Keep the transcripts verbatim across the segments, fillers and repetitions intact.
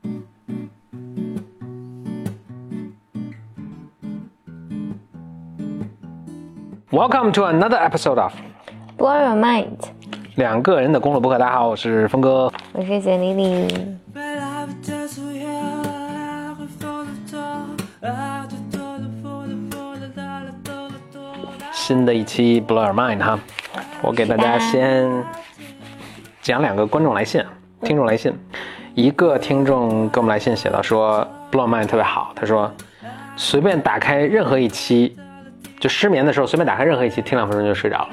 Welcome to another episode of Blow Your Mind， 两个人的公路博客。大家好，我是峰哥， 我是简丽丽。 新的一期 Blow Your Mind 哈，我给大家先讲两个观众来信、听众来信。一个听众给我们来信写到说 Blow Your Mind 特别好，他说随便打开任何一期。就失眠的时候，随便打开任何一期，听两分钟就睡着了。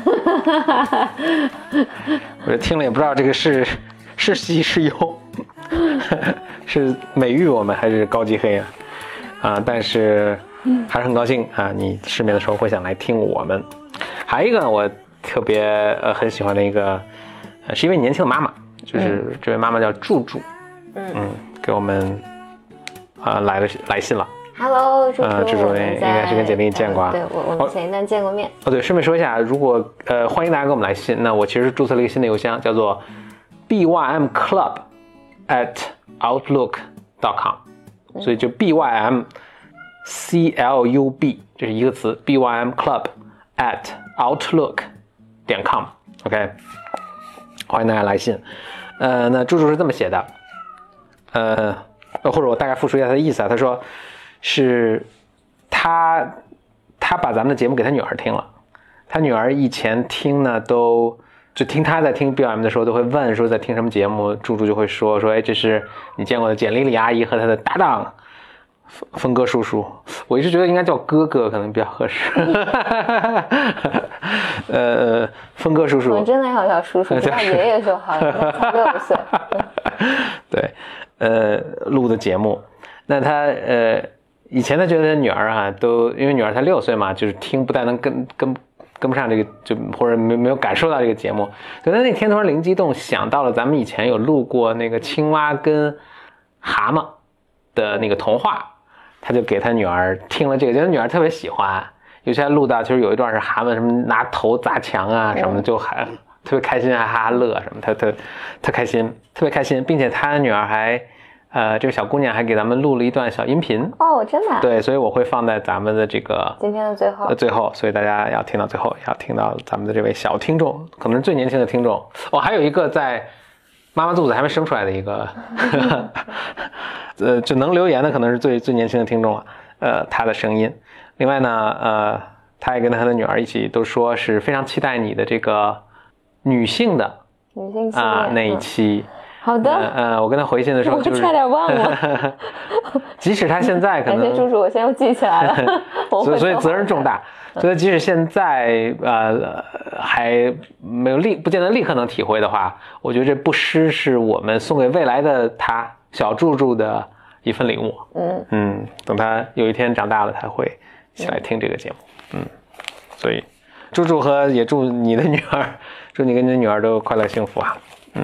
我就听了也不知道这个是是喜是忧，是美誉我们还是高级黑啊？啊，但是还是很高兴啊！你失眠的时候会想来听我们。还有一个我特别呃很喜欢的一个，呃、是一位年轻的妈妈，就是这位妈妈叫祝祝，嗯嗯，给我们啊、呃、来了来信了。 Hello， 朱朱， 呃，朱朱应该是跟简历见过啊。 对，我我们前一段见过面。 哦，对，顺便说一下，如果呃欢迎大家给我们来信，那我其实注册了一个新的邮箱，叫做 b y m club at outlook dot com， 所以就 b y m c l u b 这是一个词 ，b y m club at outlook 点 com，OK，、okay? 欢迎大家来信。呃，那朱朱是这么写的，呃，或者我大概复述一下他的意思啊，他说。是他他把咱们的节目给他女儿听了，他女儿以前听呢都就听他在听 B L M 的时候都会问说在听什么节目，祝祝就会说说哎这是你见过的简丽丽阿姨和她的搭档峰哥叔叔，我一直觉得应该叫哥哥可能比较合适。呃，峰哥叔叔， 我真的要叫叔叔，叫爷爷就好了，才六岁。 对，呃，录的节目，那他呃。以前他觉得他女儿啊，都因为女儿才六岁嘛，就是听不太能跟跟跟不上这个，就或者没没有感受到这个节目。所以他那天突然灵机动想到了咱们以前有录过那个青蛙跟蛤蟆的那个童话，他就给他女儿听了这个，觉得女儿特别喜欢。尤其他录到就是有一段是蛤蟆什么拿头砸墙啊什么的，就还特别开心，还哈哈乐什么，他特特开心，特别开心，并且他女儿还。呃，这个小姑娘还给咱们录了一段小音频哦，真的、啊？ 对，所以我会放在咱们的这个今天的最后， 呃，最后，所以大家要听到最后，要听到咱们的这位小听众，可能是最年轻的听众。哦，还有一个在妈妈肚子还没生出来的一个，呃，就能留言的可能是最最年轻的听众了。呃，他的声音。另外呢，呃，他也跟他的女儿一起都说是非常期待你的这个女性的女性系列啊、呃、那一期。嗯好的， 呃，我跟他回信的时候、就是， 我差点忘了。 即使他现在可能， 感谢叔叔，我现在又记起来了。 所以所以责任重大，所以即使现在呃还没有立，不见得立刻能体会的话，我觉得这不失是我们送给未来的他小祝祝的一份礼物。嗯嗯，等他有一天长大了，他会一起来听这个节目。嗯，所以祝祝和也祝你的女儿，祝你跟你的女儿都快乐幸福啊。嗯。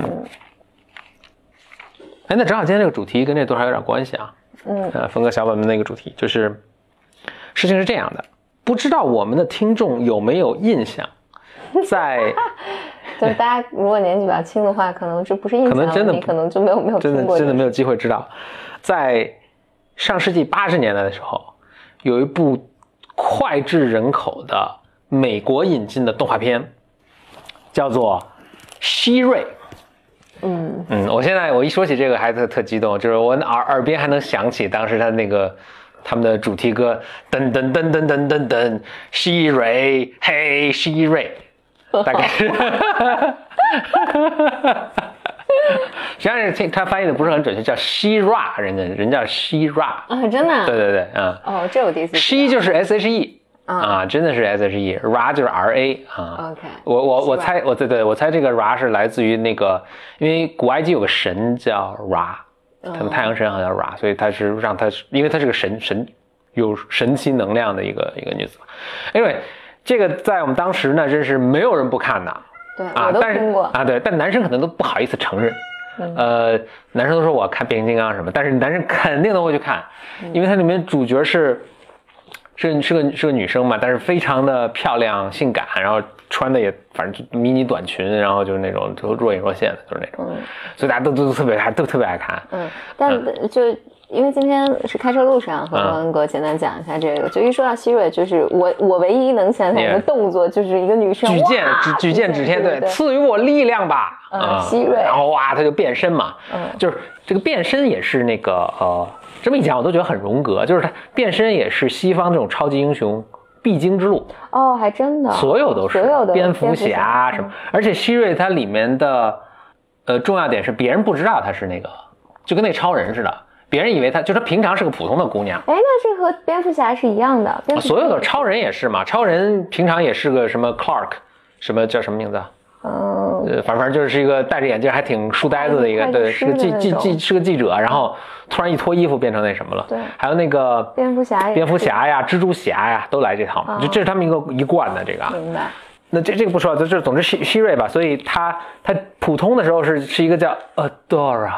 哎，那正好今天这个主题跟这多少有点关系啊。嗯，呃，峰哥小本本那个主题就是，事情是这样的，不知道我们的听众有没有印象，在， 就是大家如果年纪比较轻的话，可能这不是印象，可能真的你可能就没有没有听过， 真的真的没有机会知道，在上世纪八十年代的时候，有一部脍炙人口的美国引进的动画片，叫做希瑞。嗯嗯，我现在我一说起这个还特特激动，就是我耳耳边还能响起当时他那个他们的主题歌，噔噔噔噔噔噔噔，希瑞，嘿希瑞，大概是，实际上是他翻译的不是很准确，叫希 ra， 人家人叫希 ra 啊，真的、啊？ 对对对，嗯， 哦，这我第一次。 希就是 S H E。啊，真的是 S H E，ra 就是 R A 啊。 OK， 我我我猜，我对对，我猜这个 ra 是来自于那个，因为古埃及有个神叫 ra， 他们太阳神好像叫 ra， 所以他是让他，因为他是个神神有神奇能量的一个一个女子。Anyway， 这个在我们当时呢，真是没有人不看的。 对，啊、我都听过啊，对，但男生可能都不好意思承认。嗯、呃，男生都说我看变形金刚什么，但是男生肯定都会去看，因为它里面主角是。是是个是个女生嘛，但是非常的漂亮、性感，然后穿的也反正就迷你短裙，然后就是那种就若隐若现的，就是那种，嗯、所以大家都都特别爱，都特别爱看。 嗯，但就。嗯因为今天是开车路上和文哥简单讲一下这个，嗯、就一说到希瑞，就是我我唯一能想起来的动作就是一个女生举剑举举剑指天，对，赐予我力量吧， 嗯，希瑞， 然后哇，他就变身嘛，嗯，就是这个变身也是那个呃，这么一讲我都觉得很荣格，就是他变身也是西方这种超级英雄必经之路哦，还真的， 所有都是， 所有的蝙蝠侠什么，而且希瑞它里面的呃重要点是别人不知道他是那个，就跟那超人似的。别人以为她就是她平常是个普通的姑娘， 哎，那这和蝙蝠侠是一样的。 所有的超人也是嘛，超人平常也是个什么 Clark， 什么叫什么名字啊？嗯，呃，反正就是一个戴着眼镜还挺书呆子的一个，对，是个记记记是个记者，然后突然一脱衣服变成那什么了。 对， 还有那个蝙蝠侠， 蝙蝠侠呀、蜘蛛侠呀都来这套，就、哦、这是他们一个一贯的这个。 明白。 那这这个不说，就就总之希希瑞吧，所以他他普通的时候是是一个叫 Adora。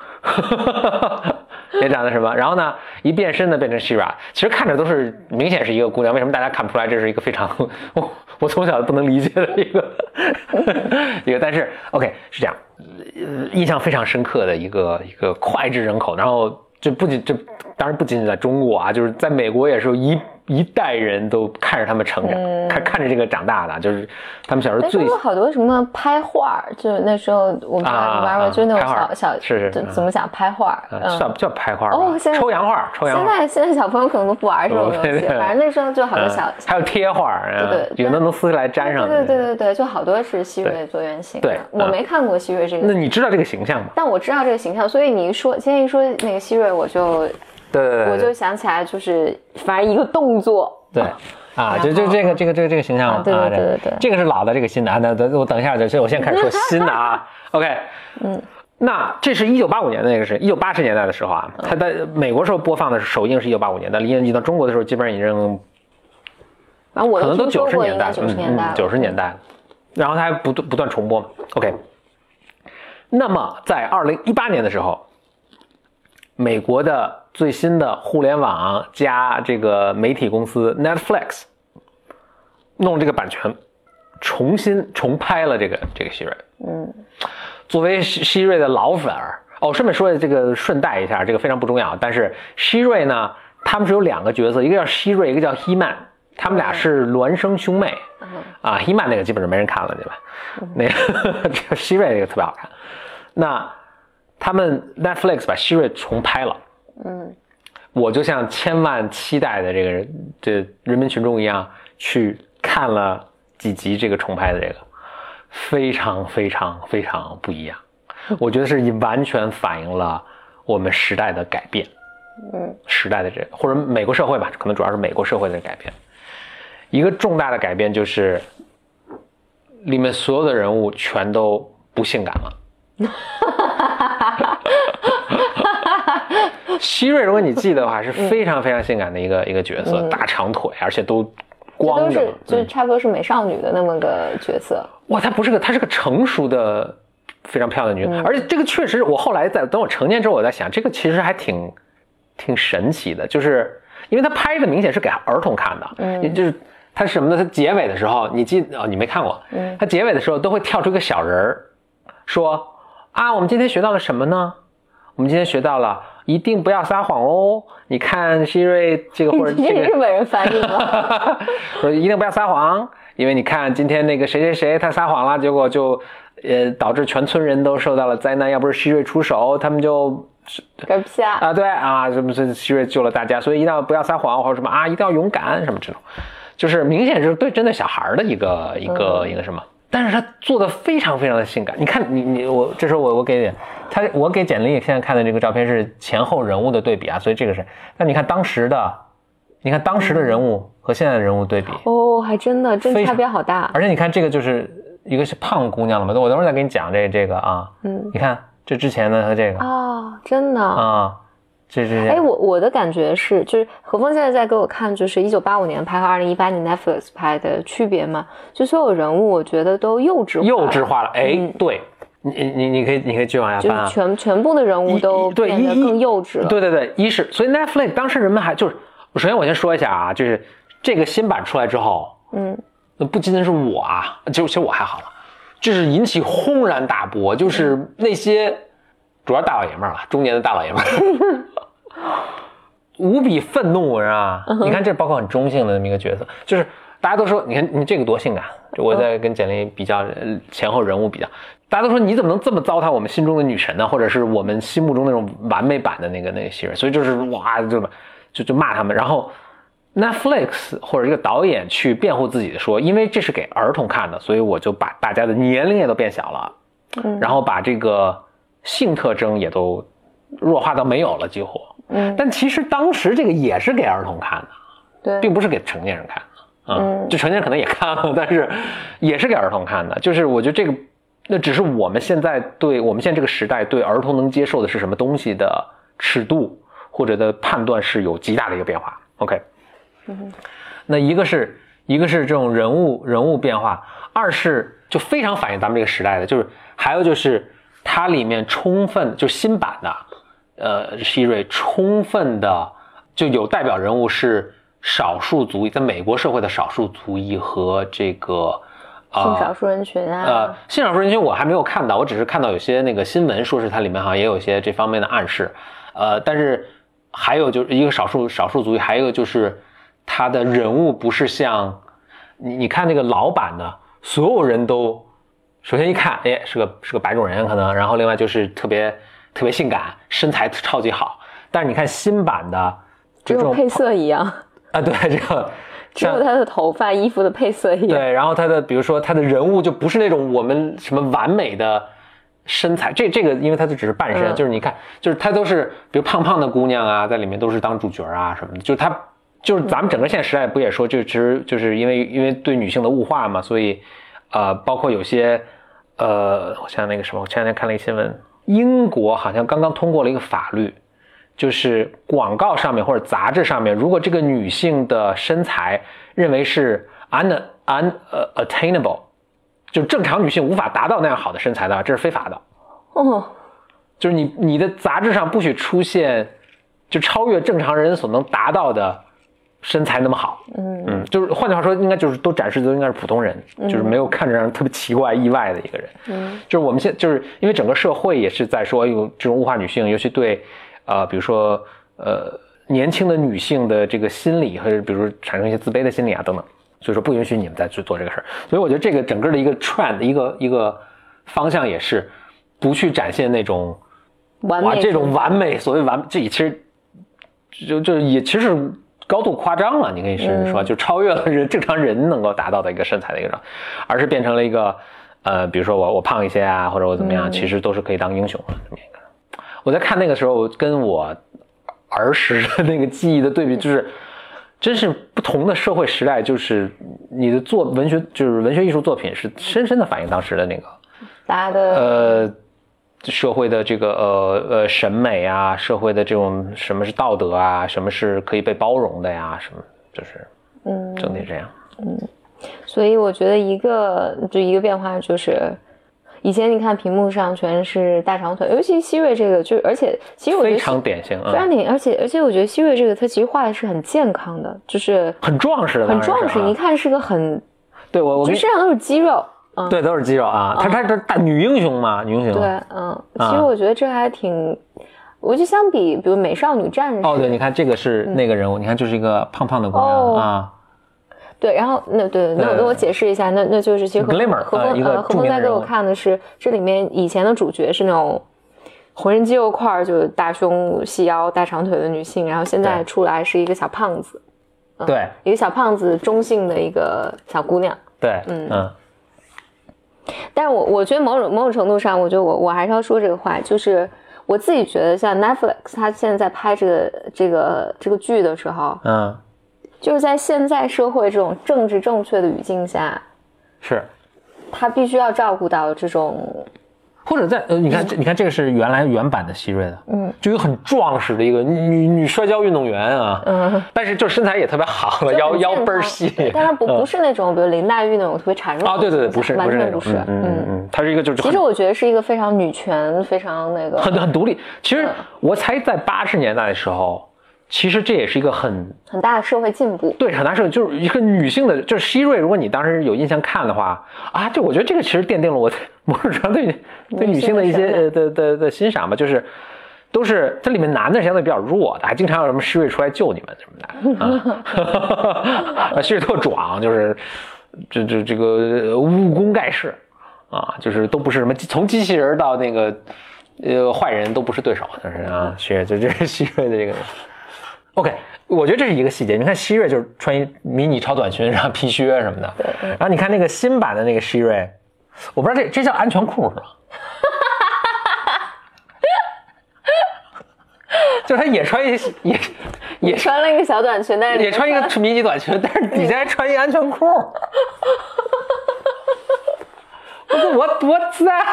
也长得什么，然后呢，一变身呢变成 Shira， 其实看着都是明显是一个姑娘，为什么大家看不出来这是一个非常我我从小不能理解的一个一个，但是 OK 是这样，印象非常深刻的一个一个脍炙人口，然后这不仅这当然不仅仅在中国啊，就是在美国也是一一代人都看着他们成长，嗯、看看着这个长大的，就是他们小时候最。 有好多什么拍画，就那时候我们玩过，就那种小小是是怎么讲拍画， 叫叫拍画哦，现在抽洋画，抽洋画。 现在现在小朋友可能都不玩这种东西，反正那时候就好多小， 还有贴画， 对对， 有的能撕下来粘上。 对对对对对，就好多是希瑞做原型。 对， 我没看过希瑞这个。 那你知道这个形象吗？ 但我知道这个形象，所以你一说，今天一说那个希瑞，我就对对对， 我就想起来，就是反正一个动作。 对，啊，就就这个这个这个这个形象啊，对对对对， 这个是老的，这个新的啊，那等我等一下，所以我先开始说新的啊，OK， 嗯，那这是一九八五年的那个是一九八十年代的时候啊，它在美国时候播放的首映是一九八五年的，离到中国的时候基本上已经， 反正我可能都九十年代， 九十年代， 九十年代，然后它还不断不断重播 ，OK， 那么在二零一八年的时候，美国的最新的互联网加这个媒体公司 Netflix 弄这个版权，重新重拍了这个这个希瑞。嗯，作为希瑞的老粉儿，哦，顺便说这个顺带一下，这个非常不重要。但是希瑞呢，他们是有两个角色，一个叫希瑞，一个叫希曼，他们俩是孪生兄妹。嗯、啊，希曼那个基本上没人看了，对吧？嗯、那个这个希瑞那个特别好看。那他们 Netflix 把希瑞重拍了。嗯，我就像千万期待的这个人，这人民群众一样，去看了几集这个重拍的这个，非常非常非常不一样。我觉得是完全反映了我们时代的改变，嗯，时代的这或者美国社会吧，可能主要是美国社会的改变。一个重大的改变就是，里面所有的人物全都不性感了。希瑞，如果你记得的话，是非常非常性感的一个、嗯、一个角色，大长腿，而且都光着， 这都是就是差不多是美少女的那么个角色。 哇，她不是个，她是个成熟的、非常漂亮的女人，嗯、而且这个确实，我后来在等我成年之后，我在想，这个其实还挺挺神奇的，就是因为她拍的明显是给儿童看的，嗯，也就是她什么呢？她结尾的时候，你记哦，你没看过，嗯，她结尾的时候都会跳出一个小人儿，说啊，我们今天学到了什么呢？我们今天学到了。一定不要撒谎哦！你看希瑞这个或者这个日本人翻译吗？ 说一定不要撒谎，因为你看今天那个谁谁谁他撒谎了，结果就呃导致全村人都受到了灾难。要不是希瑞出手，他们就嗝屁啊！ 啊对啊，什么是希瑞救了大家，所以一定要不要撒谎或者什么啊，一定要勇敢什么这种，就是明显是对针对小孩的一个一个、嗯、一个什么。但是他做的非常非常的性感，你看你你我这时候我我给他我给简历现在看的这个照片是前后人物的对比啊，所以这个是，那你看当时的，你看当时的人物和现在的人物对比， 哦，还真的真差别好大， 而且你看这个就是一个是胖姑娘了嘛，我等会儿再给你讲这这个啊，嗯，你看这之前的和这个啊、哦，真的啊。这是哎，我我的感觉是，就是何峰现在在给我看，就是一九八五年拍和二零一八年 Netflix 拍的区别嘛，就所有人物我觉得都幼稚化了， 幼稚化了，哎，嗯、对，你你你可以你可以继续往下翻啊， 就全全部的人物都变得更幼稚了， 对对对，一是所以 Netflix 当时人们还就是，首先我先说一下啊，就是这个新版出来之后，嗯， 那不仅仅是我啊，就其实我还好了，就是引起轰然大波，就是那些主要大老爷们儿了，中年的大老爷们儿，无比愤怒啊！你看，这包括很中性的那么一个角色，就是大家都说，你看你这个多性感，就我在跟简历比较前后人物比较，大家都说你怎么能这么糟蹋我们心中的女神呢？或者是我们心目中那种完美版的那个那个希瑞，所以就是哇，就就就骂他们，然后。Netflix 或者这个导演去辩护自己的说，因为这是给儿童看的，所以我就把大家的年龄也都变小了，嗯，然后把这个性特征也都弱化到没有了几乎，嗯，但其实当时这个也是给儿童看的， 对， 并不是给成年人看的，嗯，嗯就成年人可能也看了，但是也是给儿童看的，就是我觉得这个那只是我们现在对我们现在这个时代对儿童能接受的是什么东西的尺度或者的判断是有极大的一个变化 ，OK。那一个是一个是这种人物人物变化，二是就非常反映咱们这个时代的，就是还有就是它里面充分就新版的呃希瑞充分的就有代表人物是少数族裔，在美国社会的少数族裔和这个呃性少数人群啊， 呃性少数人群我还没有看到，我只是看到有些那个新闻说是它里面好像也有一些这方面的暗示，呃但是还有就是一个少数少数族裔，还有一个就是他的人物不是像你你看那个老版的，所有人都首先一看，哎，是个是个白种人可能，然后另外就是特别特别性感，身材超级好。但是你看新版的， 只有配色一样啊，对，这个只有他的头发、衣服的配色一样。 对，然后他的比如说他的人物就不是那种我们什么完美的身材，这这个因为他就只是半身，嗯、就是你看，就是他都是比如胖胖的姑娘啊，在里面都是当主角啊什么的，就是他。就是咱们整个现在时代不也说，就其实就是因为因为对女性的物化嘛，所以，呃，包括有些，呃，我想那个什么，我前两天看了一个新闻，英国好像刚刚通过了一个法律，就是广告上面或者杂志上面，如果这个女性的身材认为是 un un attainable， 就正常女性无法达到那样好的身材的，这是非法的。哦，就是你你的杂志上不许出现就超越正常人所能达到的。身材那么好，嗯嗯，就是换句话说，应该就是都展示的都应该是普通人，嗯、就是没有看着让人特别奇怪、意外的一个人。嗯，就是我们现就是因为整个社会也是在说，有这种物化女性，尤其对，呃，比如说呃年轻的女性的这个心理和比如说产生一些自卑的心理啊等等，所以说不允许你们再去做这个事儿。所以我觉得这个整个的一个 trend 一个一个方向也是不去展现那种完美这种完美，所谓完这也其实就就也其实是。高度夸张了，你可以甚至说，就超越了人正常人能够达到的一个身材的一个状态，而是变成了一个，呃，比如说我我胖一些啊，或者我怎么样，其实都是可以当英雄的这么一个。我在看那个时候，跟我儿时的那个记忆的对比，就是真是不同的社会时代，就是你的作文学，就是文学艺术作品，是深深的反映当时的那个大家的呃。社会的这个呃呃审美啊，社会的这种什么是道德啊，什么是可以被包容的呀，什么就是嗯整体这样嗯，所以我觉得一个就一个变化就是，以前你看屏幕上全是大长腿，尤其希瑞这个就而且其实我觉得非常典型， 非常典型，而且而且我觉得希瑞这个他其实画的是很健康的，就是很壮实的， 很壮实，你看是个很对我我就身上都是肌肉。 嗯、对，都是肌肉啊！她她这大女英雄嘛，女英雄。 对，嗯，其实我觉得这还挺，我就相比，比如美少女战士。 哦，对，你看这个是那个人物，嗯、你看就是一个胖胖的姑娘、哦、啊。 对，然后那对，那那我解释一下，那那就是其实何何峰呃何峰在给我看的是这里面以前的主角是那种浑身肌肉块，就是大胸细腰大长腿的女性，然后现在出来是一个小胖子。嗯、 对， 一个小胖子，中性的一个小姑娘。 对，嗯嗯。 但是我我觉得某种某种程度上，我觉得我我还是要说这个话，就是我自己觉得像 Netflix 它现在在拍这个这个这个剧的时候，嗯，就是在现在社会这种政治正确的语境下， 是， 他必须要照顾到这种。 或者在呃，你看这，你看这个是原来原版的希瑞的，嗯，就一个很壮实的一个女女摔跤运动员啊，嗯，但是就身材也特别好了，腰腰倍儿细， 但她不不是那种比如林黛玉那种特别孱弱啊，对对对，不是， 完全不是， 嗯嗯嗯，她是一个就是， 其实我觉得是一个非常女权，非常那个很很独立。其实我猜在八十年代的时候， 其实这也是一个很很大的社会进步。 对，很大社会就是一个女性的，就是希瑞，如果你当时有印象看的话啊，就我觉得这个其实奠定了我某种程度对对女性的一些呃的的的欣赏吧，就是都是这里面男的相对比较弱的，还经常有什么希瑞出来救你们什么的啊，希瑞特壮，就是这这这个武功盖世啊，就是都不是什么从机器人到那个呃坏人都不是对手，就是啊，希瑞就这是希瑞的这个。OK， 我觉得这是一个细节。你看希瑞就是穿一迷你超短裙，然后皮靴什么的。 对。 然后你看那个新版的那个希瑞，我不知道这这叫安全裤是吧？就是他也穿一也也穿了一个小短裙，但是也穿一个迷你短裙，但是底下还穿一安全裤。我说我我在，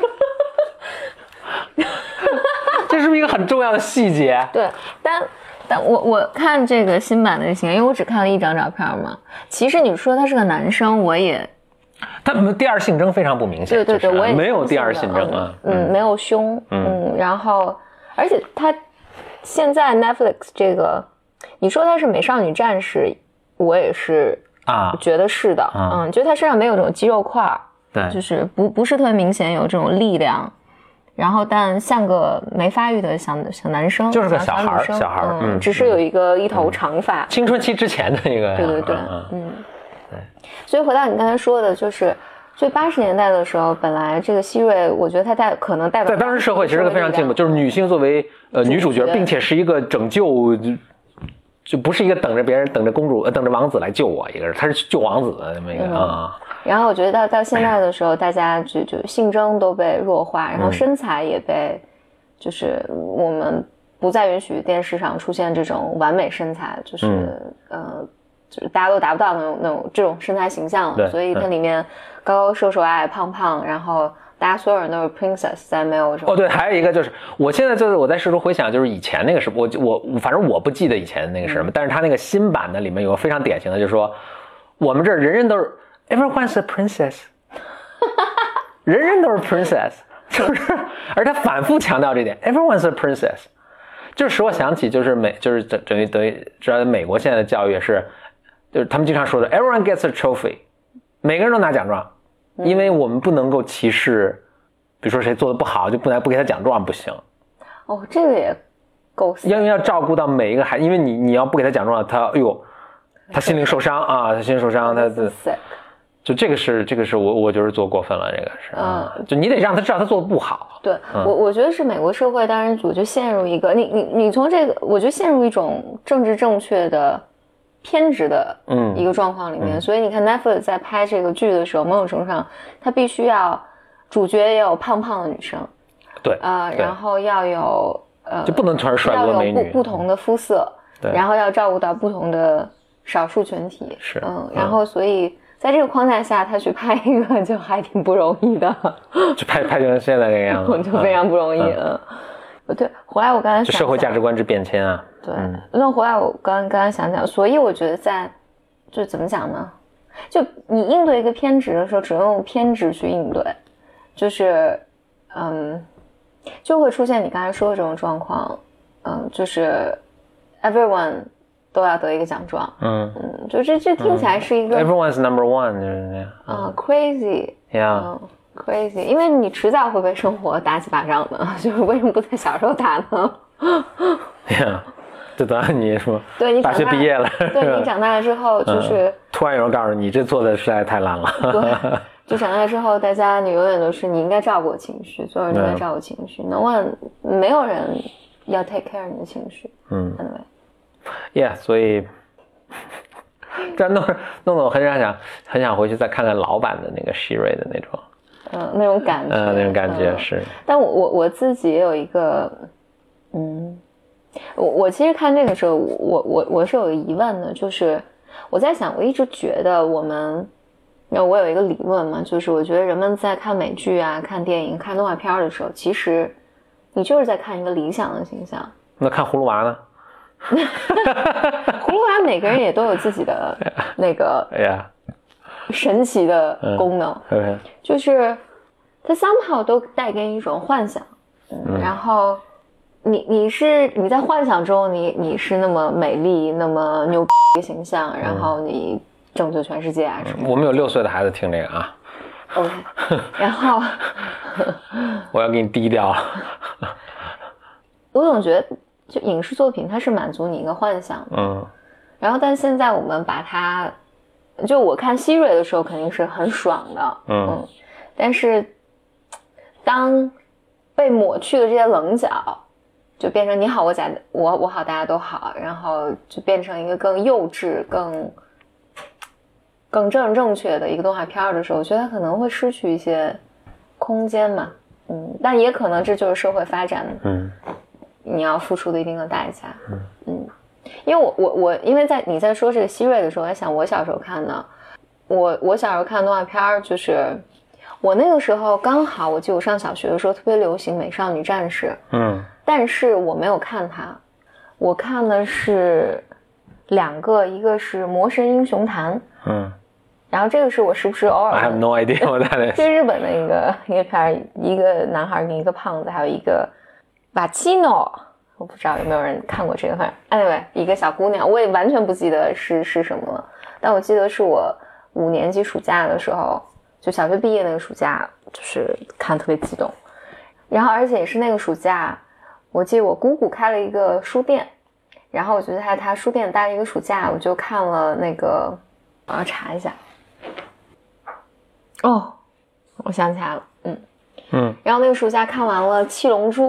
这是不是一个很重要的细节？ 对，但。但我我看这个新版的型，因为我只看了一张照片嘛。其实你说他是个男生，我也， 他第二性征非常不明显。 对对对， 就是、 我也没有第二性征啊， 嗯，嗯没有胸，嗯，嗯然后而且他现在 Netflix 这个，你说他是美少女战士，我也是啊，觉得是的，啊、嗯，觉得他身上没有这种肌肉块， 对， 就是不不是特别明显有这种力量。然后，但像个没发育的小小男生， 就是个小孩小小孩儿， 嗯，只是有一个一头长发， 嗯、青春期之前的一个， 对对对，嗯，对。所以回到你刚才说的，就是，所以八十年代的时候，本来这个希瑞，我觉得他代可能代表在当时社会其实是个非常进步，就是女性作为呃女主角，并且是一个拯救，就不是一个等着别人、等着公主、呃等着王子来救我一个人，她是救王子的那么一个啊。 嗯然后我觉得到到现在的时候，大家就就性征都被弱化，然后身材也被，就是我们不再允许电视上出现这种完美身材，就是、嗯、呃，就是大家都达不到那种那种这种身材形象了。所以它里面高高瘦瘦、矮矮胖胖，然后大家所有人都是 princess， 在没有什么。 哦，对，还有一个就是，我现在就是我在试图回想，就是以前那个是，我我反正我不记得以前那个是什么，嗯、但是他那个新版的里面有个非常典型的，就是说我们这儿人人都是。Everyone's a princess， 人人都是 princess， 是不是？而他反复强调这点 ，Everyone's a princess， 就是使我想起就是美，就是等等于等于知道美国现在的教育也是，就是他们经常说的 ，Everyone gets a trophy， 每个人都拿奖状，因为我们不能够歧视，比如说谁做的不好就不能不给他奖状不行。 哦，这个也够。 因为要照顾到每一个孩子，因为你你要不给他奖状，他哎呦，他心灵受伤啊，他心灵受伤，他的。就这个是这个是我我就是做过分了，这个是，嗯，就你得让他知道他做的不好。 对，嗯、我我觉得是美国社会当然组就陷入一个，你你你从这个，我觉得陷入一种政治正确的偏执的一个状况里面，嗯、所以你看 Netflix 在拍这个剧的时候，某种程度上，他必须要主角也有胖胖的女生， 对， 啊、呃，然后要有呃， 就不能全是帅哥美女， 要有不不同的肤色， 对， 然后要照顾到不同的少数群体， 是， 嗯，然后所以。在这个框架下，他去拍一个就还挺不容易的， 就拍拍成现在这个样子， 就非常不容易。嗯，嗯对。回来我刚才想，社会价值观之变迁啊。 对，嗯、那回来我刚刚刚想讲，所以我觉得在，就怎么讲呢？就你应对一个偏执的时候，只能用偏执去应对，就是嗯，就会出现你刚才说的这种状况，嗯，就是 everyone。都要得一个奖状，嗯嗯，就这这听起来是一个、 嗯、everyone's number one 就是那样啊、uh, ，crazy， yeah， 嗯 ，crazy， 因为你迟早会被生活打起巴掌的，就是为什么不在小时候打呢 ？yeah， 就等到你说， 对你大学毕业了， 对你长大了之后，就是、 嗯、突然有人告诉你这做的实在太烂了， 对，就长大了之后，大家你永远都是你应该照顾我情绪，所有人都在照顾情绪 ，no one 没有人要 take care 你的情绪，嗯 ，anyway。 Yeah， 所以这弄弄得我很想很想回去再看看老版的那个希瑞的那种， 嗯，那种感觉， 嗯，那种感觉、嗯、是。 但我我我自己也有一个，嗯，我我其实看这个时候，我我我是有个疑问的，就是我在想，我一直觉得我们，那我有一个理论嘛，就是我觉得人们在看美剧啊、看电影、看动画片的时候，其实你就是在看一个理想的形象。 那看葫芦娃呢？ 葫芦娃每个人也都有自己的那个神奇的功能， yeah. 嗯、 就是它 somehow 都带给你一种幻想，嗯嗯、然后你你是你在幻想中你你是那么美丽那么牛逼的形象，然后你拯救全世界啊什么、 嗯、我们有六岁的孩子听这个啊 OK 然后我要给你低调了我总觉得就影视作品它是满足你一个幻想的， 嗯， 然后但现在我们把它就我看希瑞的时候肯定是很爽的， 嗯, 嗯但是当被抹去的这些棱角就变成你好我假我我好大家都好，然后就变成一个更幼稚更更正正确的一个动画片的时候，我觉得它可能会失去一些空间嘛，嗯，但也可能这就是社会发展，嗯，你要付出的一定的代价，嗯嗯，因为我我我因为在你在说这个希瑞的时候，我在想我小时候看的，我我小时候看动画片就是我那个时候刚好我记得我上小学的时候特别流行美少女战士，嗯，但是我没有看它，我看的是两个，一个是魔神英雄坛，嗯，然后这个是我时不时偶尔 I have no idea what that is 这是日本的一个一个片，一个男孩跟一个胖子，还有一个瓦奇诺，我不知道有没有人看过这个，反正 anyway 一个小姑娘，我也完全不记得是是什么了，但我记得是我五年级暑假的时候，就小学毕业那个暑假，就是看特别激动，然后而且也是那个暑假，我记得我姑姑开了一个书店，然后我就在她书店待了一个暑假，我就看了那个，我要查一下，哦，我想起来了，嗯嗯，然后那个暑假看完了《七龙珠》。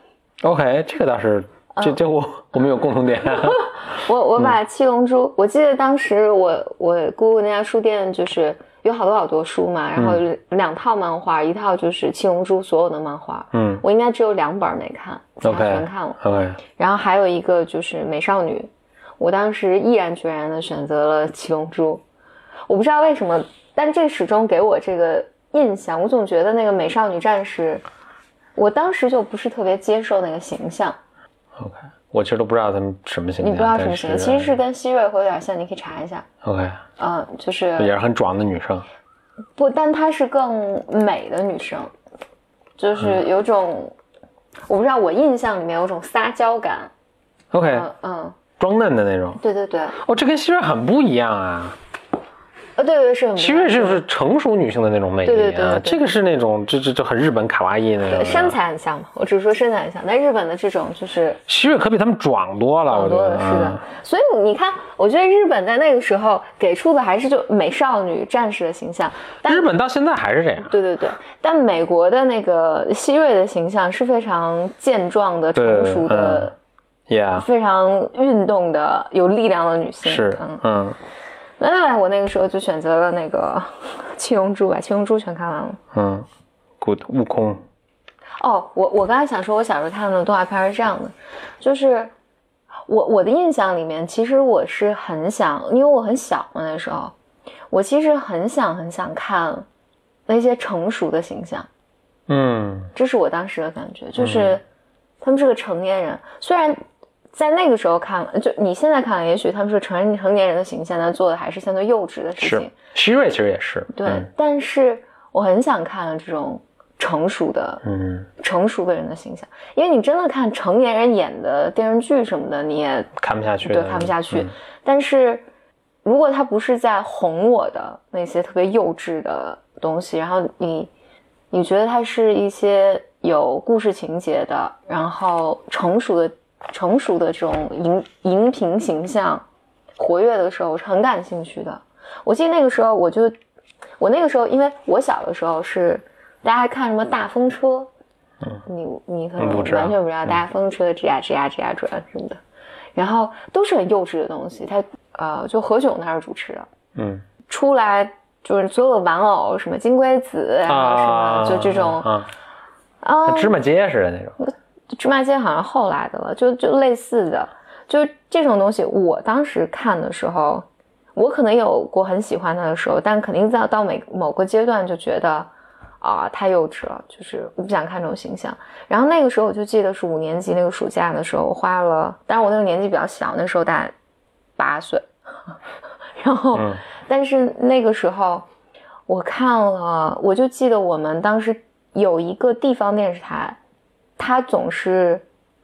OK， 这个倒是，这这我我们有共同点。 我我把《七龙珠》嗯，我记得当时我我姑姑那家书店就是有好多好多书嘛，然后两套漫画，嗯，一套就是《七龙珠》所有的漫画，嗯，我应该只有两本没看，其他全看了。 OK， 然后还有一个就是美少女，我当时毅然决然的选择了《七龙珠》，我不知道为什么，但这始终给我这个印象，我总觉得那个美少女战士。我当时就不是特别接受那个形象 OK， 我其实都不知道他们什么形象， 你不知道什么形象，其实是跟希瑞会有点像，你可以查一下 OK， 嗯，就是也是很壮的女生， 不，但她是更美的女生，就是有种、嗯、我不知道，我印象里面有种撒娇感 OK， 嗯, 嗯装嫩的那种， 对对对， 哦，这跟希瑞很不一样啊， 呃，对对是很不一样， 希瑞是不是成熟女性的那种魅力啊？ 对对 对, 对, 对， 这个是那种这这这很日本卡哇伊那种， 身材很像嘛，我只是说身材很像，但日本的这种就是希瑞可比他们壮多了， 壮多了，是的、嗯。所以你看，我觉得日本在那个时候给出的还是就美少女战士的形象，但日本到现在还是这样。 对对对，但美国的那个希瑞的形象是非常健壮的、成熟的， 嗯 yeah， 非常运动的、有力量的女性。 是，嗯嗯。 那我那个时候就选择了那个七龙珠吧，七龙珠全看完了。 嗯 ，good， 悟空。 哦，我我刚才想说，我小时候看的动画片是这样的，就是我我的印象里面，其实我是很想，因为我很小嘛那时候，我其实很想很想看那些成熟的形象。嗯，这是我当时的感觉，就是他们是个成年人，虽然。在那个时候看，就你现在看，也许他们是成成年人的形象，但做的还是相对幼稚的事情。 是，希瑞其实也是。 对、嗯，但是我很想看这种成熟的，嗯，成熟的人的形象，因为你真的看成年人演的电视剧什么的，你也看不下去， 对，看不下去。嗯、但是如果他不是在哄我的那些特别幼稚的东西，然后你你觉得他是一些有故事情节的，然后成熟的。成熟的这种荧荧屏形象活跃的时候，我是很感兴趣的。我记得那个时候，我就我那个时候，因为我小的时候是大家看什么大风车，嗯，你你可能完全不知道，大家风车吱呀吱呀吱呀转什么的，然后都是很幼稚的东西。他呃，就何炅他是主持的，嗯，出来就是所有的玩偶，什么金龟子啊，什么就这种啊，啊芝麻街似的那种。 芝麻街好像后来的了，就就类似的，就这种东西。我当时看的时候，我可能有过很喜欢它的时候，但肯定在到每某个阶段就觉得啊太幼稚了，就是我不想看这种形象。然后那个时候我就记得是五年级那个暑假的时候，我花了，当然我那个年纪比较小，那时候大概八岁，然后、嗯、但是那个时候我看了，我就记得我们当时有一个地方电视台。他总是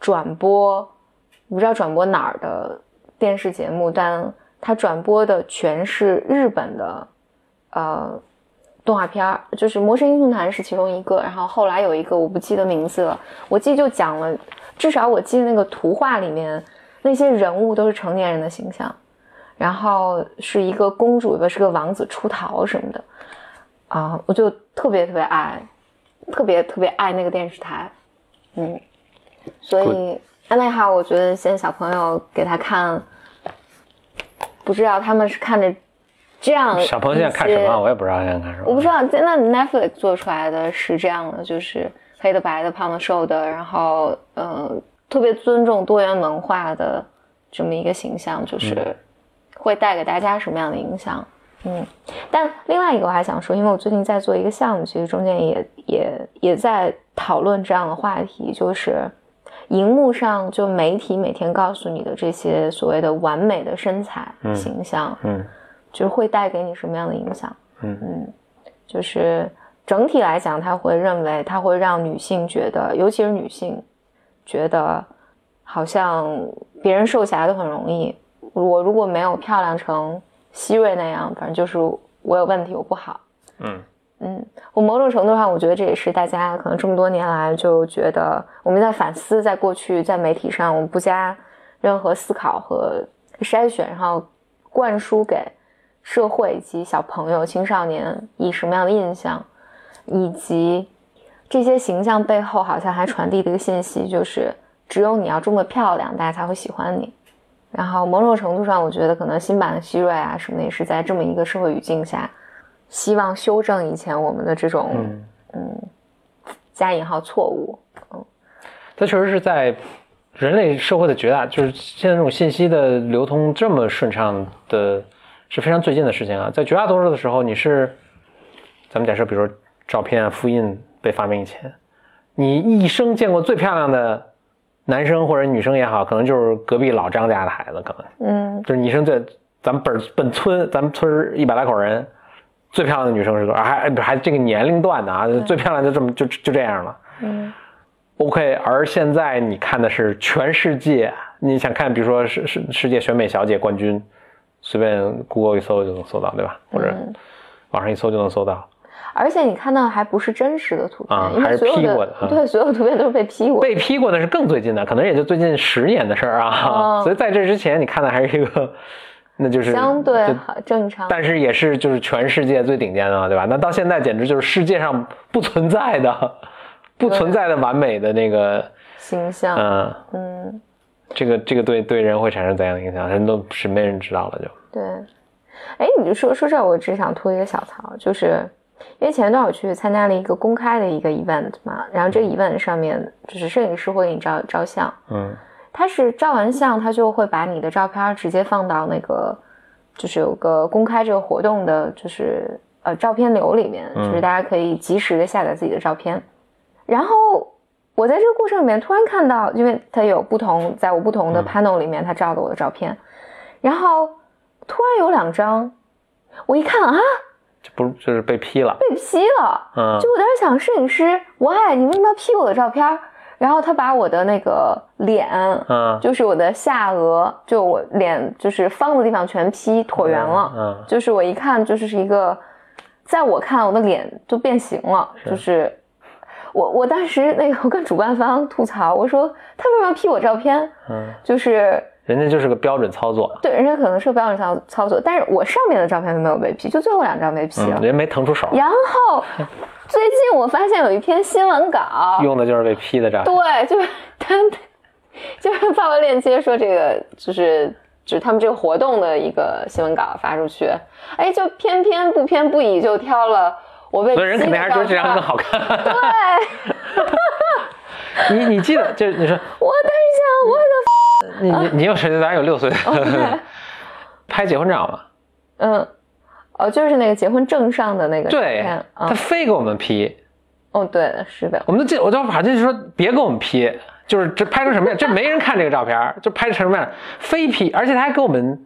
转播，不知道转播哪儿的电视节目，但他转播的全是日本的呃动画片，就是《魔神英雄团》是其中一个，然后后来有一个我不记得名字了，我记得就讲了，至少我记得那个图画里面那些人物都是成年人的形象，然后是一个公主，是个王子出逃什么的啊、呃，我就特别特别爱，特别特别爱那个电视台，嗯，所以安内哈，我觉得现在小朋友给他看，不知道他们是看着。这样小朋友现在看什么？我也不知道现在看什么。 我不知道，那 Netflix 做出来的是这样的，就是黑的、白的、胖的、瘦的，然后呃，特别尊重多元文化的这么一个形象，就是会带给大家什么样的影响？嗯，但另外一个我还想说，因为我最近在做一个项目，其实中间也也也在讨论这样的话题，就是荧幕上就媒体每天告诉你的这些所谓的完美的身材、嗯、形象，嗯。就是会带给你什么样的影响？嗯嗯，就是整体来讲，他会认为他会让女性觉得，尤其是女性，觉得好像别人瘦下来都很容易。我如果没有漂亮成希瑞那样，反正就是我有问题，我不好。嗯嗯，我某种程度上，我觉得这也是大家可能这么多年来就觉得我们在反思，在过去在媒体上我们不加任何思考和筛选，然后灌输给社会以及小朋友青少年以什么样的印象，以及这些形象背后好像还传递的一个信息，就是只有你要这么漂亮大家才会喜欢你。然后某种程度上我觉得可能新版的希瑞啊什么的也是在这么一个社会语境下希望修正以前我们的这种嗯, 嗯加引号错误。嗯， 它确实是在人类社会的绝大，就是现在这种信息的流通这么顺畅的是非常最近的事情啊，在绝大多数的时候，你是，咱们假设，比如说照片、复印被发明以前，你一生见过最漂亮的男生或者女生也好，可能就是隔壁老张家的孩子，可能，嗯，就是你一生最，咱们本本村，咱们村一百来口人，最漂亮的女生是多少？还还这个年龄段的啊，嗯、最漂亮就这么就就这样了，嗯 ，OK， 而现在你看的是全世界，你想看，比如说世世世界选美小姐冠军。随便 Google 一搜就能搜到，对吧？或者网上一搜就能搜到。 而且你看到还不是真实的图片， 啊、 因为所有的还是 P 过的、 嗯。对，所有的图片都是被 P 过的。 被 P 过的是更最近的，可能也就最近十年的事儿啊。哦、所以在这之前，你看的还是一个，那就是相对好正常。 但是也是就是全世界最顶尖的，对吧？那到现在简直就是世界上不存在的、不存在的完美的那个形象。嗯嗯。 这个这个对对人会产生怎样的影响？人都是没人知道了就。 对，哎，你就说说这，我只想吐一个小槽，就是因为前段我去参加了一个公开的一个 event 嘛，然后这个 event 上面就是摄影师会给你照照相，嗯，他是照完相，他就会把你的照片直接放到那个就是有个公开这个活动的，就是呃照片流里面，就是大家可以及时的下载自己的照片，然后。我在这个过程里面突然看到，因为它有不同，在我不同的 panel 里面，它照的我的照片，然后突然有两张，我一看啊， 这不就是被 P 了？ 被 P 了，嗯，就我当时想，摄影师 ，why 你为什么要 P 我的照片？然后他把我的那个脸，嗯，就是我的下颚，就我脸就是方的地方全 P 椭圆了，嗯，嗯就是我一看就是一个，在我看我的脸就变形了，是就是。我我当时那个我跟主办方吐槽，我说他为什么要 P 我照片？嗯，就是人家就是个标准操作， 对，人家可能是个标准操操作，但是我上面的照片都没有被 P， 就最后两张被 P 了， 嗯、人没腾出手。 然后最近我发现有一篇新闻稿用的就是被 P 的照片， 对，就是他就是发个链接说这个就是就是他们这个活动的一个新闻稿发出去，哎，就偏偏不偏不倚就挑了。我被所以人肯定还是觉得这张更好看。 对， 你你记得就是你说， 我当时想我的，你你你有谁？咱有六岁的， okay. 拍结婚照嘛？ 嗯，哦，就是那个结婚证上的那个照片，对，他非给我们 P。 哦，对，是的， 我们就我就法进去说别给我们 P， 就是这拍成什么样，这没人看这个照片，就拍成什么样，非 P， 而且他还给我们。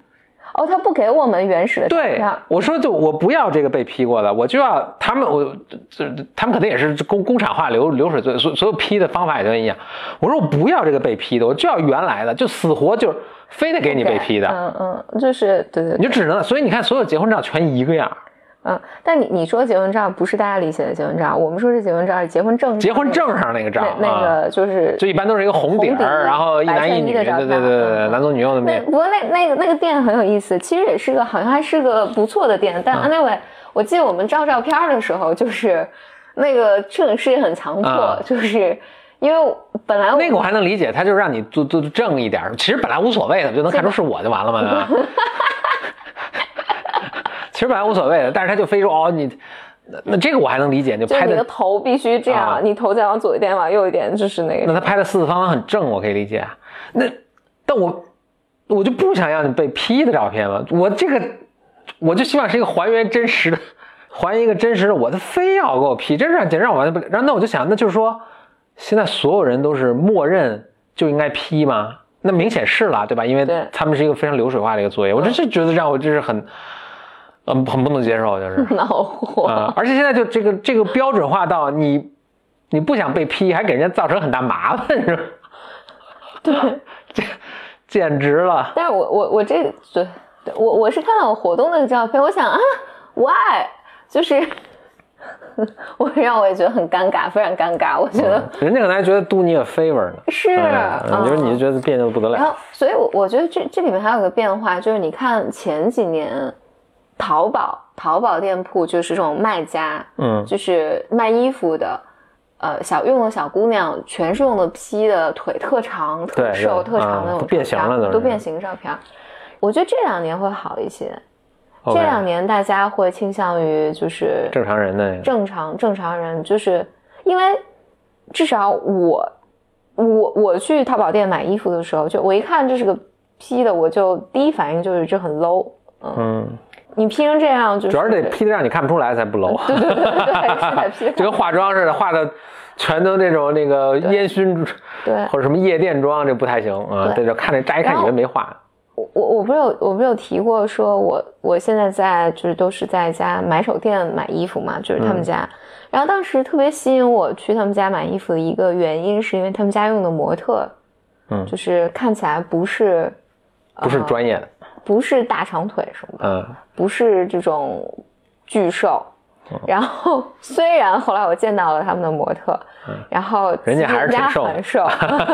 哦，他不给我们原始的照片。 对，我说就我不要这个被 P 过的，我就要他们，我这他们可能也是工工厂化流流水作业，所所有 P 的方法也都一样。我说我不要这个被 P 的，我就要原来的，就死活就非得给你被 P 的。 嗯嗯，就是对对对， 你就只能，所以你看所有结婚照全一个样。 嗯，但你你说结婚照不是大家理解的结婚照，我们说是结婚照是结婚证结婚证上那个照， 那那个就是、 啊、就一般都是一个红底儿，然后一男一女，对对对对，男左女右的面。 不过那那个那个店很有意思，其实也是个好像还是个不错的店，但 anyway，、嗯、我记得我们照照片的时候，就是那个摄影师也很强迫，嗯、就是因为本来我那个我还能理解，他就是让你做做正一点，其实本来无所谓的，就能看出是我就完了嘛，对吧？其实本来无所谓的，但是他就非说哦你，那这个我还能理解，就拍的你的头必须这样，啊、你头再往左一点，往右一点，就是那个。 那他拍的四四方方很正，我可以理解。那但我我就不想要你被 P 的照片嘛，我这个我就希望是一个还原真实的，还原一个真实的我，他非要给我 P， 真让简直让我完全不了。然后那我就想，那就是说现在所有人都是默认就应该 P 吗？那明显是了，对吧？因为他们是一个非常流水化的一个作业，我真是觉得让我就是很。嗯，很不能接受，就是恼火啊、呃！而且现在就这个这个标准化到你，你不想被批，还给人家造成很大麻烦，是吧？ 对， 这简直了。 但是我我我这对，我我是看到我活动那个照片，我想啊 ，why？ 就是我让我也觉得很尴尬，非常尴尬。我觉得、 嗯、人家可能还觉得 do 你 a favor 呢， 是， 嗯，就是你就觉得别扭不得了。 然后，所以我我觉得这这里面还有个变化，就是你看前几年。淘宝淘宝店铺就是这种卖家，嗯，就是卖衣服的，呃，小用的小姑娘全是用的 P 的腿特长、特瘦、特长的那种、 啊、都变形了， 都变形照片。我觉得这两年会好一些， okay, 这两年大家会倾向于就是正常人的正常正常人，就是因为至少我我我去淘宝店买衣服的时候，就我一看这是个 P 的，我就第一反应就是这很 low， 嗯。嗯你 P 成这样就是， 主要是得 P 的让你看不出来才不 low。 对对对对，是的， 就跟化妆似的，化的全都那种那个烟熏， 对， 或者什么夜店妆，这不太行啊。对，就看那乍一看以为没化。 我我我不是有我不是有提过说我我现在在就是都是在一家买手店买衣服嘛，就是他们家。嗯、然后当时特别吸引我去他们家买衣服的一个原因，是因为他们家用的模特，嗯，就是看起来不是不是专业的。呃不是大长腿什么的， 嗯， 不是这种巨瘦，嗯、然后虽然后来我见到了他们的模特，嗯、然后人家还是挺瘦的， 很瘦，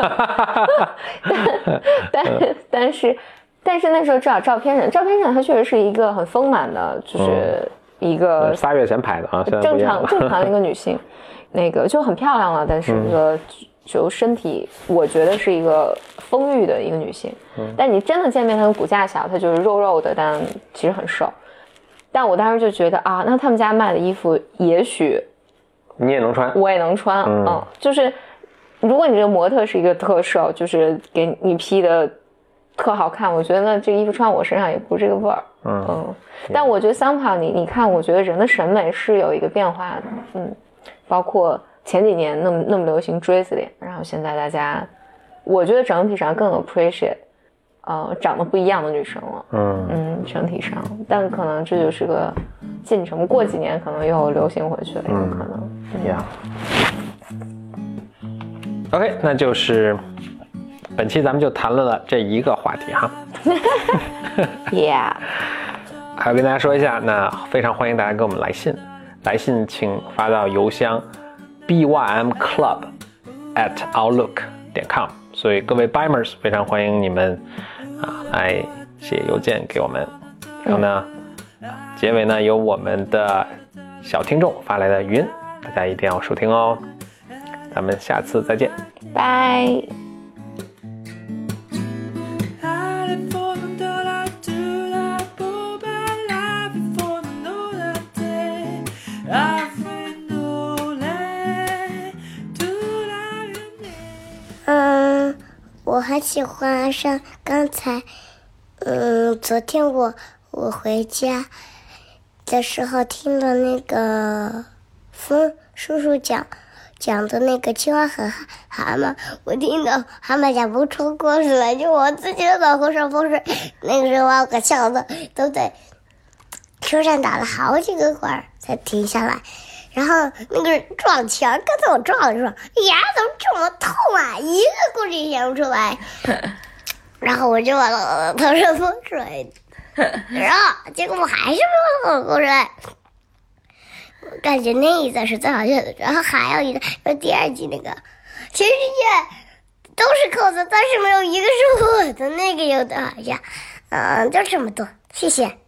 但但但是但是那时候至少照片上，照片上她确实是一个很丰满的，就是一个仨、嗯、月前拍的啊， 正常正常的一个女性，那个就很漂亮了，但是那个。嗯就身体我觉得是一个丰腴的一个女性、嗯、但你真的见面她的骨架小，她就是肉肉的，但其实很瘦。但我当时就觉得啊，那他们家卖的衣服也许你也能穿， 我也能穿。 嗯, 嗯，就是如果你这个模特是一个特瘦，就是给你 P 的特好看，我觉得那这个衣服穿我身上也不是这个味儿。嗯, 嗯但我觉得 somehow 你你看，我觉得人的审美是有一个变化的。嗯，包括前几年那么那么流行锥子脸，然后现在大家，我觉得整体上更 appreciate， 呃，长得不一样的女生了。嗯嗯，整体上，但可能这就是个进程，过几年可能又流行回去了，有可能。 呀、嗯 yeah. OK， 那就是本期咱们就谈论了这一个话题哈。 Yeah。 还要跟大家说一下，那非常欢迎大家给我们来信，来信请发到邮箱。b y m club at outlook 点 com， 所以各位 Bimers 非常欢迎你们啊来写邮件给我们。然后呢，结尾呢有我们的小听众发来的语音，大家一定要收听哦。咱们下次再见， 拜。 嗯，我很喜欢上刚才，嗯，昨天我我回家的时候听了那个风叔叔讲， 讲的那个青蛙和蛤蟆，我听到蛤蟆讲不出故事来，就我自己的脑壳上风水。那个时候我可笑的都在车站打了好几个滚才停下来。然后那个撞墙，刚才我撞了撞，牙怎么这么痛啊？一个故事也想不出来。然后我就往了头上风水，然后结果我还是没有风水。我感觉那一次是最好笑的。然后还有一个，就第二集那个，全世界都是扣子，但是没有一个是我的，那个有的好笑。嗯，就这么多，谢谢。